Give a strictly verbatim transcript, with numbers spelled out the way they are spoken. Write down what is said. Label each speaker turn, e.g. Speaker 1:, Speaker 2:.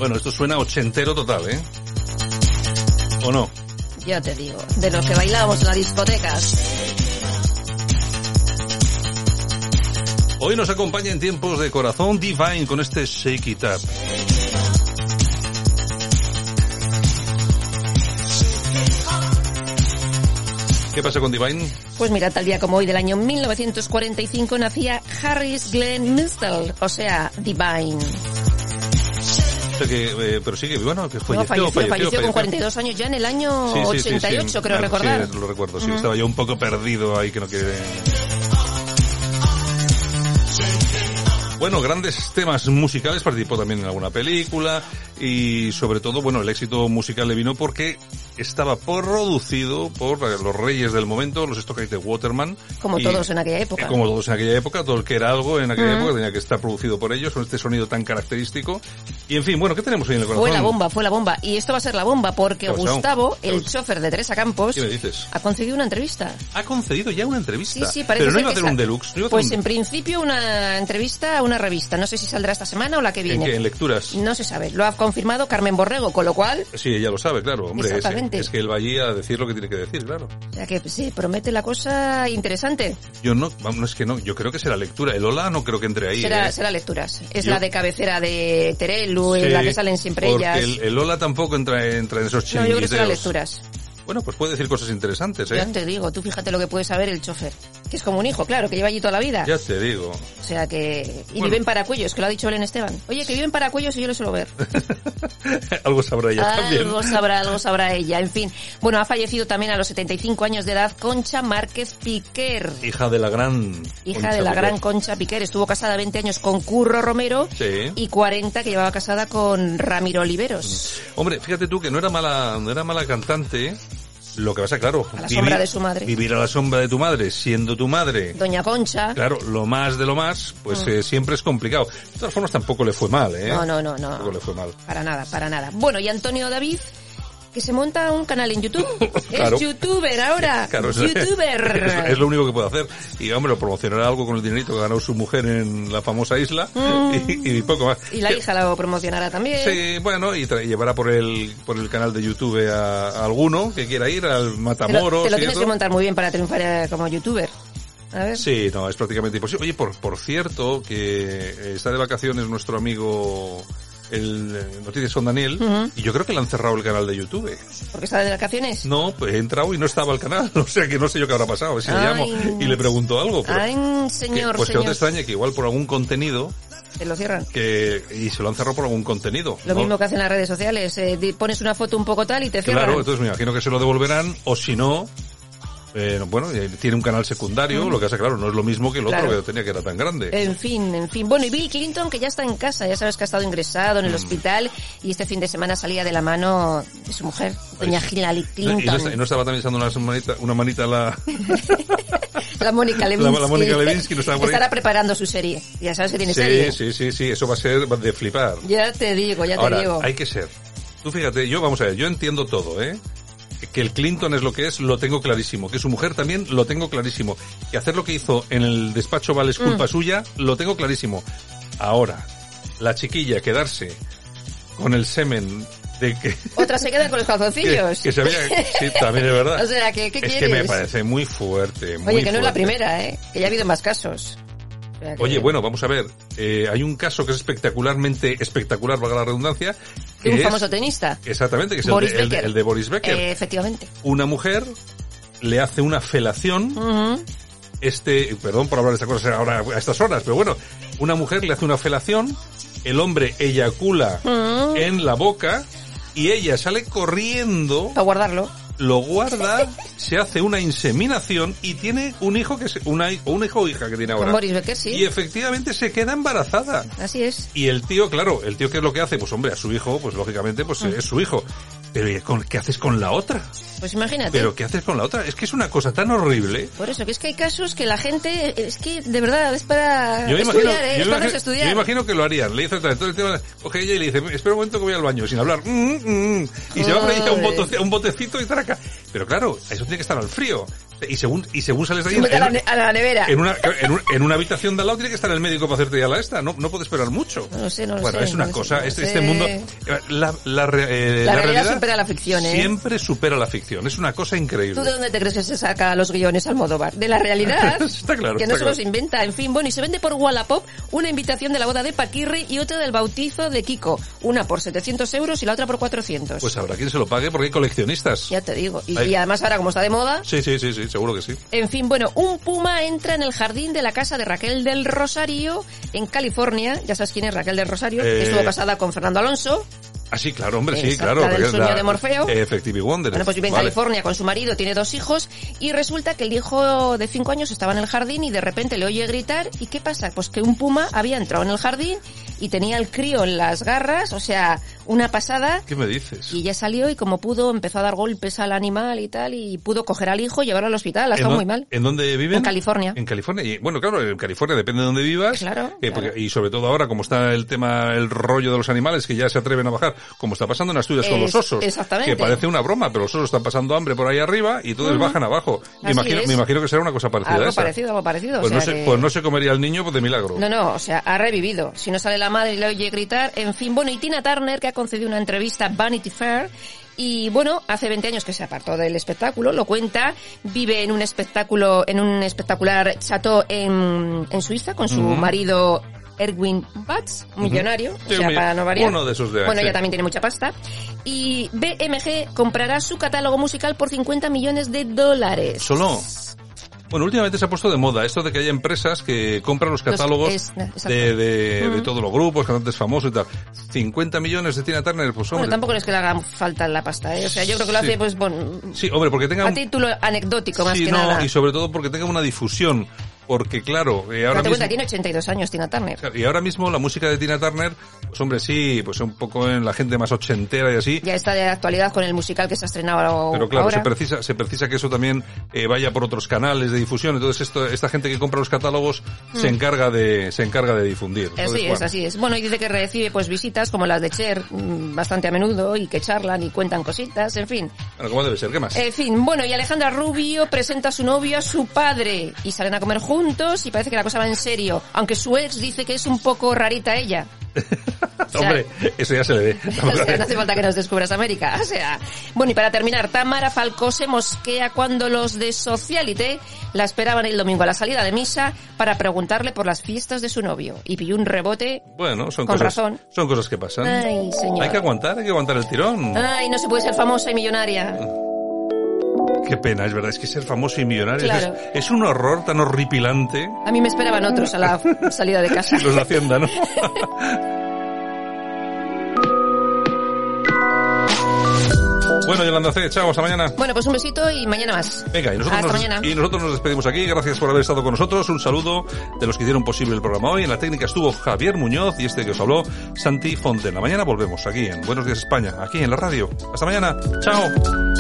Speaker 1: Bueno, esto suena ochentero total, ¿eh? ¿O no?
Speaker 2: Ya te digo, de los que bailábamos en las discotecas.
Speaker 1: Hoy nos acompaña en tiempos de corazón Divine con este Shake It Up. ¿Qué pasa con Divine?
Speaker 2: Pues mira, tal día como hoy del año mil novecientos cuarenta y cinco nacía Harris Glenn Mistel, o sea, Divine.
Speaker 1: O sea que, eh, pero sí que, bueno, que falleció,
Speaker 2: no, falleció,
Speaker 1: falleció,
Speaker 2: falleció con
Speaker 1: falleció.
Speaker 2: cuarenta y dos años ya en el año
Speaker 1: sí, sí,
Speaker 2: ochenta y ocho,
Speaker 1: sí, sí.
Speaker 2: creo
Speaker 1: Claro,
Speaker 2: recordar.
Speaker 1: Sí, lo recuerdo, sí,
Speaker 2: Uh-huh.
Speaker 1: estaba yo un poco perdido ahí, que no quiere... Bueno, grandes temas musicales, participó también en alguna película y sobre todo, bueno, el éxito musical le vino porque estaba producido por los reyes del momento, los Stock Aitken Waterman.
Speaker 2: Como
Speaker 1: y,
Speaker 2: todos en aquella época.
Speaker 1: Como todos en aquella época, todo el que era algo en aquella
Speaker 2: Mm.
Speaker 1: época tenía que estar producido por ellos, con este sonido tan característico. Y en fin, bueno, ¿qué tenemos hoy en el corazón?
Speaker 2: Fue la bomba, fue la bomba. Y esto va a ser la bomba porque
Speaker 1: ¿Qué ha pasado?
Speaker 2: Gustavo,
Speaker 1: ¿Qué ha
Speaker 2: el
Speaker 1: pasado?
Speaker 2: chofer de Teresa Campos,
Speaker 1: ¿Qué me dices?
Speaker 2: ha concedido una entrevista.
Speaker 1: Ha concedido ya una entrevista.
Speaker 2: Sí, sí, parece
Speaker 1: Pero no
Speaker 2: ser
Speaker 1: iba a
Speaker 2: que
Speaker 1: hacer un
Speaker 2: esa-
Speaker 1: deluxe, no iba a hacer
Speaker 2: Pues
Speaker 1: un...
Speaker 2: en principio una entrevista a una revista. No sé si saldrá esta semana o la que
Speaker 1: ¿En
Speaker 2: viene.
Speaker 1: qué? ¿En lecturas?
Speaker 2: No se sabe. Lo ha confirmado Carmen Borrego, con lo cual,
Speaker 1: Sí, ella lo sabe, claro, hombre. Es,
Speaker 2: Exactamente.
Speaker 1: es que él va allí a decir lo que tiene que decir, claro.
Speaker 2: o sea que sí, promete la cosa interesante.
Speaker 1: Yo no, vamos, no es que no, yo creo que será lectura. El Ola no creo que entre ahí.
Speaker 2: Será,
Speaker 1: ¿eh?
Speaker 2: será lecturas. Es
Speaker 1: Yo-
Speaker 2: la de cabecera de Terelu,
Speaker 1: Sí,
Speaker 2: en la que salen siempre
Speaker 1: porque
Speaker 2: ellas.
Speaker 1: el, el Ola tampoco entra, entra en esos
Speaker 2: No, yo creo que será
Speaker 1: chiringuiteos.
Speaker 2: lecturas.
Speaker 1: Bueno, pues puede decir cosas interesantes, ¿eh?
Speaker 2: Ya te digo, tú fíjate lo que puede saber el chofer. Que es como un hijo, claro, que lleva allí toda la vida.
Speaker 1: Ya te digo.
Speaker 2: O sea que... Y
Speaker 1: Bueno.
Speaker 2: vive en Paracuellos, que lo ha dicho Belén Esteban. Oye, que vive en Paracuellos y yo lo suelo ver.
Speaker 1: Algo sabrá ella también.
Speaker 2: Algo sabrá, algo sabrá ella. En fin. Bueno, ha fallecido también a los setenta y cinco años de edad Concha Márquez Piquer.
Speaker 1: Hija de la gran...
Speaker 2: Hija
Speaker 1: Concha
Speaker 2: de la
Speaker 1: Piquer.
Speaker 2: gran Concha Piquer. Estuvo casada veinte años con Curro Romero
Speaker 1: Sí.
Speaker 2: y cuarenta que llevaba casada con Ramiro Oliveros.
Speaker 1: Hombre, fíjate tú que no era mala, no era mala cantante. Lo que pasa, claro...
Speaker 2: A la sombra de su madre.
Speaker 1: Vivir a la sombra de tu madre, siendo tu madre...
Speaker 2: Doña Concha.
Speaker 1: Claro, lo más de lo más, pues
Speaker 2: Mm.
Speaker 1: eh, siempre es complicado. De todas formas, tampoco le fue mal, ¿eh?
Speaker 2: No, no, no, no.
Speaker 1: Tampoco le fue mal.
Speaker 2: Para nada, para nada. Bueno, y Antonio David, que se monta un canal en YouTube.
Speaker 1: Claro.
Speaker 2: Es youtuber ahora.
Speaker 1: Claro, eso-
Speaker 2: youtuber.
Speaker 1: Es, es lo único que puede hacer. Y, hombre, promocionará algo con el dinerito que ganó su mujer en la famosa isla
Speaker 2: Mm.
Speaker 1: y, y poco más.
Speaker 2: Y la hija la promocionará también.
Speaker 1: Sí, bueno, y, tra- y llevará por el por el canal de YouTube a, a alguno que quiera ir, al
Speaker 2: Te lo,
Speaker 1: Matamoros
Speaker 2: te lo
Speaker 1: y
Speaker 2: tienes
Speaker 1: eso.
Speaker 2: que montar muy bien para triunfar eh, como youtuber. A ver.
Speaker 1: Sí, no, es prácticamente imposible. Oye, por, por cierto, que eh, está de vacaciones nuestro amigo el eh, Noticias con Daniel,
Speaker 2: Ujú.
Speaker 1: y yo creo que le han cerrado el canal de YouTube.
Speaker 2: ¿Porque está de vacaciones?
Speaker 1: No, pues he entrado y no estaba el canal, o sea que no sé yo qué habrá pasado, a ver si le
Speaker 2: Ay.
Speaker 1: llamo y le pregunto algo. Pero
Speaker 2: Ay,
Speaker 1: que-
Speaker 2: señor,
Speaker 1: pues que no
Speaker 2: señor.
Speaker 1: te extrañe que igual por algún contenido,
Speaker 2: Te lo cierran.
Speaker 1: que y se lo han cerrado por algún contenido.
Speaker 2: Lo
Speaker 1: ¿no?
Speaker 2: mismo que hacen las redes sociales. eh, di- pones una foto un poco tal y te cierran.
Speaker 1: Claro, entonces me imagino que se lo devolverán, o si no, eh, bueno, eh, tiene un canal secundario,
Speaker 2: Mm.
Speaker 1: lo que hace, claro, no es lo mismo que el otro
Speaker 2: Claro.
Speaker 1: que tenía que era tan grande.
Speaker 2: En fin, en fin. Bueno, y Bill Clinton, que ya está en casa, ya sabes que ha estado ingresado en el
Speaker 1: Mm.
Speaker 2: hospital y este fin de semana salía de la mano de su mujer, doña
Speaker 1: Ay, sí.
Speaker 2: Hillary
Speaker 1: ¿Y no,
Speaker 2: Clinton.
Speaker 1: está- y no estaba también echando una manita, una manita a la...
Speaker 2: La Mónica
Speaker 1: La-
Speaker 2: Lewinsky.
Speaker 1: la Mónica Lewinsky no estaba por ahí.
Speaker 2: Estará preparando su serie. Ya sabes que tiene
Speaker 1: Sí,
Speaker 2: serie.
Speaker 1: sí, sí, sí, eso va a ser de flipar.
Speaker 2: Ya te digo, ya
Speaker 1: Ahora,
Speaker 2: te digo.
Speaker 1: hay que ser. Tú fíjate, yo, vamos a ver, yo entiendo todo, ¿eh? Que el Clinton es lo que es, lo tengo clarísimo. Que su mujer también, lo tengo clarísimo. Que hacer lo que hizo en el despacho Vale es culpa
Speaker 2: Mm.
Speaker 1: suya, lo tengo clarísimo. Ahora, la chiquilla quedarse con el semen de que...
Speaker 2: Otra se queda con los
Speaker 1: que,
Speaker 2: calzoncillos.
Speaker 1: que se había... Sí, también es verdad.
Speaker 2: O sea, ¿qué, qué
Speaker 1: es
Speaker 2: quieres?
Speaker 1: que me parece muy fuerte, muy
Speaker 2: Oye, que no es la
Speaker 1: fuerte.
Speaker 2: primera, ¿eh? Que ya ha habido más casos. O sea que-
Speaker 1: Oye, bueno, vamos a ver. Eh, hay un caso que es espectacularmente espectacular, valga la redundancia. Que
Speaker 2: De un
Speaker 1: es-
Speaker 2: famoso tenista.
Speaker 1: Exactamente, que es el
Speaker 2: Boris
Speaker 1: de, el de-
Speaker 2: Becker.
Speaker 1: el de Boris Becker.
Speaker 2: Eh, efectivamente.
Speaker 1: Una mujer le hace una felación,
Speaker 2: Ujú.
Speaker 1: este, perdón por hablar de estas cosas ahora a estas horas, pero bueno, una mujer le hace una felación, el hombre eyacula
Speaker 2: Ujú.
Speaker 1: en la boca y ella sale corriendo,
Speaker 2: Para guardarlo.
Speaker 1: lo guarda, se hace una inseminación y tiene un hijo que se, una, un hijo o hija que tiene ahora.
Speaker 2: Con Boris Becker, sí.
Speaker 1: Y efectivamente se queda embarazada.
Speaker 2: Así es.
Speaker 1: Y el tío, claro, el tío, ¿qué es lo que hace? Pues hombre, a su hijo, pues lógicamente, pues
Speaker 2: Mm.
Speaker 1: es su hijo. Pero ¿y con- ¿qué haces con la otra?
Speaker 2: Pues imagínate.
Speaker 1: Pero ¿qué haces con la otra? Es que es una cosa tan horrible.
Speaker 2: Por eso, que es que hay casos que la gente, es que de verdad es para
Speaker 1: yo
Speaker 2: estudiar,
Speaker 1: imagino,
Speaker 2: ¿eh?
Speaker 1: Yo
Speaker 2: es para
Speaker 1: imagino,
Speaker 2: estudiar.
Speaker 1: Yo imagino que lo harían. Le dice otra vez, todo el tema, coge ella y le dice, espera un momento que voy al baño, sin hablar. Mm, mm, y se va por ahí a un, bote, un botecito y traca. Pero claro, eso tiene que estar al frío. Y según y según sales de ahí...
Speaker 2: En, a, la, a la nevera.
Speaker 1: En una, en, un, en una habitación de al lado tiene que estar el médico para hacerte ya la esta. No, no puede esperar mucho.
Speaker 2: No lo sé, no lo
Speaker 1: bueno,
Speaker 2: sé.
Speaker 1: es una
Speaker 2: no
Speaker 1: cosa,
Speaker 2: sé,
Speaker 1: este,
Speaker 2: no
Speaker 1: este
Speaker 2: sé.
Speaker 1: mundo... La, la, eh,
Speaker 2: la,
Speaker 1: la
Speaker 2: realidad, realidad supera la ficción, ¿eh?
Speaker 1: Siempre supera la ficción. Es una cosa increíble.
Speaker 2: ¿Tú de dónde te crees que se saca los guiones Almodóvar? De la realidad.
Speaker 1: Está claro.
Speaker 2: Que no
Speaker 1: está
Speaker 2: se
Speaker 1: claro.
Speaker 2: los inventa. En fin, bueno, y se vende por Wallapop una invitación de la boda de Paquirri y otra del bautizo de Kiko. Una por setecientos euros y la otra por cuatrocientos.
Speaker 1: Pues habrá quien se lo pague porque hay coleccionistas.
Speaker 2: Ya te digo. Y,
Speaker 1: hay...
Speaker 2: y además ahora como está de moda...
Speaker 1: Sí, sí, sí, sí, seguro que sí.
Speaker 2: En fin, bueno, un puma entra en el jardín de la casa de Raquel del Rosario en California. Ya sabes quién es Raquel del Rosario.
Speaker 1: Eh...
Speaker 2: Estuvo casada con Fernando Alonso.
Speaker 1: Ah, sí, claro, hombre, sí,
Speaker 2: Exacto,
Speaker 1: claro.
Speaker 2: La del sueño
Speaker 1: la,
Speaker 2: de Morfeo.
Speaker 1: Effective Wonder.
Speaker 2: Bueno, pues vive en
Speaker 1: vale.
Speaker 2: California con su marido, tiene dos hijos, y resulta que el hijo de cinco años estaba en el jardín y de repente le oye gritar, ¿y qué pasa? Pues que un puma había entrado en el jardín y tenía al crío en las garras, o sea, una pasada.
Speaker 1: ¿Qué me dices?
Speaker 2: Y ella salió y como pudo empezó a dar golpes al animal y tal, y pudo coger al hijo y llevarlo al hospital, ha estado muy mal.
Speaker 1: ¿En dónde viven?
Speaker 2: En California.
Speaker 1: En California. Y, bueno, claro, en California depende de dónde vivas.
Speaker 2: Claro,
Speaker 1: eh,
Speaker 2: claro.
Speaker 1: Porque, y sobre todo ahora, como está el tema, el rollo de los animales, que ya se atreven a bajar, como está pasando en Asturias es, con los osos.
Speaker 2: Exactamente.
Speaker 1: Que parece una broma, pero los osos están pasando hambre por ahí arriba y todos uh-huh. bajan abajo. Me imagino, me imagino que será una cosa parecida
Speaker 2: algo
Speaker 1: a esa.
Speaker 2: parecido, algo parecido.
Speaker 1: Pues,
Speaker 2: o sea
Speaker 1: no se,
Speaker 2: que...
Speaker 1: pues no se comería el niño pues de milagro.
Speaker 2: No, no, o sea, ha revivido. Si no sale la madre y le oye gritar, en fin. Bueno, y Tina Turner, que ha concedido una entrevista a Vanity Fair, y bueno, hace veinte años que se apartó del espectáculo, lo cuenta, vive en un espectáculo, en un espectacular chateau en, en Suiza con su uh-huh. marido Erwin Batz, millonario, uh-huh. o sea,
Speaker 1: sí,
Speaker 2: para no variar.
Speaker 1: Uno de esos de
Speaker 2: Bueno,
Speaker 1: sí.
Speaker 2: ella también tiene mucha pasta. Y B M G comprará su catálogo musical por cincuenta millones de dólares.
Speaker 1: ¿Solo? Bueno, últimamente se ha puesto de moda esto de que hay empresas que compran los catálogos los, es, de, de, uh-huh. de todos los grupos, cantantes famosos y tal. cincuenta millones de Tina Turner, pues hombre.
Speaker 2: Bueno, tampoco es que le haga falta la pasta, ¿eh? O sea, yo creo que lo
Speaker 1: sí.
Speaker 2: hace, pues, bueno,
Speaker 1: sí, hombre, porque tenga
Speaker 2: a
Speaker 1: un...
Speaker 2: título anecdótico más
Speaker 1: sí,
Speaker 2: que
Speaker 1: no,
Speaker 2: nada.
Speaker 1: Y sobre todo porque tenga una difusión. Porque claro, eh, ahora
Speaker 2: Date
Speaker 1: mismo...
Speaker 2: cuenta, tiene ochenta y dos años Tina Turner.
Speaker 1: Y ahora mismo la música de Tina Turner, pues hombre, sí, pues un poco en la gente más ochentera y así.
Speaker 2: Ya está de actualidad con el musical que se ha estrenado
Speaker 1: Pero claro,
Speaker 2: ahora.
Speaker 1: se precisa, se precisa que eso también eh, vaya por otros canales de difusión. Entonces esto, esta gente que compra los catálogos mm. se encarga de, se encarga de difundir. Entonces,
Speaker 2: así es,
Speaker 1: bueno.
Speaker 2: así es. Bueno, y dice que recibe pues visitas como las de Cher bastante a menudo y que charlan y cuentan cositas, en fin.
Speaker 1: Bueno, ¿cómo debe ser? ¿Qué más?
Speaker 2: En fin, bueno, y Alejandra Rubio presenta a su novio a su padre y salen a comer juntos y parece que la cosa va en serio, aunque su ex dice que es un poco rarita ella.
Speaker 1: O sea, hombre, eso ya se le ve.
Speaker 2: O sea, no hace falta que nos descubras América. O sea, bueno, y para terminar, Tamara Falcó se mosquea cuando los de Socialite la esperaban el domingo a la salida de misa para preguntarle por las fiestas de su novio. Y pilló un rebote.
Speaker 1: Bueno, son
Speaker 2: con
Speaker 1: cosas,
Speaker 2: razón.
Speaker 1: Son cosas que pasan.
Speaker 2: Ay, señor.
Speaker 1: Hay que aguantar, hay que aguantar el tirón.
Speaker 2: Ay, no se puede ser famosa y millonaria.
Speaker 1: Qué pena, es verdad, es que ser famoso y millonario
Speaker 2: claro.
Speaker 1: es, es un horror tan horripilante.
Speaker 2: A mí me esperaban otros a la salida de casa.
Speaker 1: Los de Hacienda, ¿no? Bueno, Yolanda C, chao, hasta mañana.
Speaker 2: Bueno, pues un besito y mañana más.
Speaker 1: Venga, y nosotros,
Speaker 2: hasta
Speaker 1: nos,
Speaker 2: mañana.
Speaker 1: y nosotros nos despedimos aquí. Gracias por haber estado con nosotros. Un saludo de los que hicieron posible el programa hoy. En la técnica estuvo Javier Muñoz y este que os habló, Santi Fontena. Mañana volvemos aquí en Buenos Días España, aquí en la radio. Hasta mañana. Chao.